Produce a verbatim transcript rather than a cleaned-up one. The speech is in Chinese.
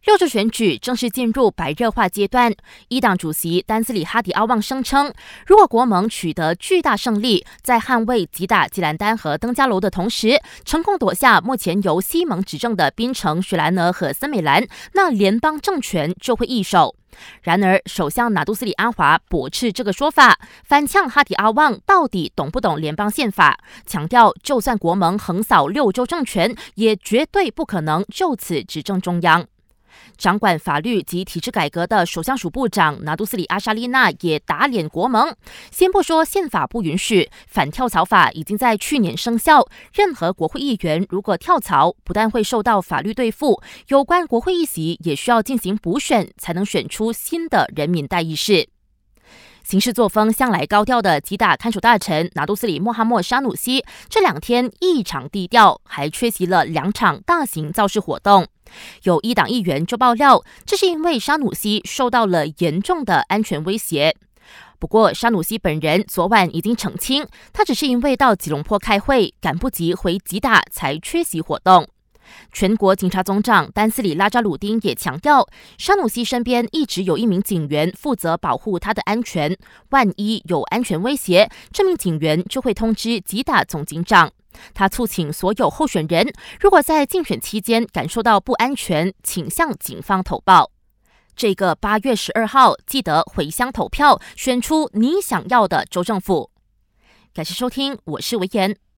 六州选举正式进入白热化阶段，一党主席丹斯里哈迪阿旺声称，如果国盟取得巨大胜利，在捍卫击打吉兰丹和登嘉楼的同时，成功夺下目前由西盟执政的槟城、雪兰莪和森美兰，那联邦政权就会易手。然而，首相拿督斯里安华驳斥这个说法，反呛哈迪阿旺到底懂不懂联邦宪法，强调就算国盟横扫六州政权，也绝对不可能就此执政中央。掌管法律及体制改革的首相署部长拿督斯里阿沙利纳也打脸国盟，先不说宪法不允许，反跳槽法已经在去年生效，任何国会议员如果跳槽，不但会受到法律对付，有关国会议席也需要进行补选，才能选出新的人民代议士。行事作风向来高调的吉打看守大臣拿督斯里莫哈默沙努西，这两天异常低调，还缺席了两场大型造势活动。有一党议员就爆料，这是因为沙努西受到了严重的安全威胁。不过，沙努西本人昨晚已经澄清，他只是因为到吉隆坡开会，赶不及回吉打才缺席活动。全国警察总长丹斯里拉扎鲁丁也强调，沙努西身边一直有一名警员负责保护他的安全，万一有安全威胁，这名警员就会通知吉打总警长。他促请所有候选人，如果在竞选期间感受到不安全，请向警方投报。这个八月十二号，记得回乡投票，选出你想要的州政府。感谢收听，我是维言。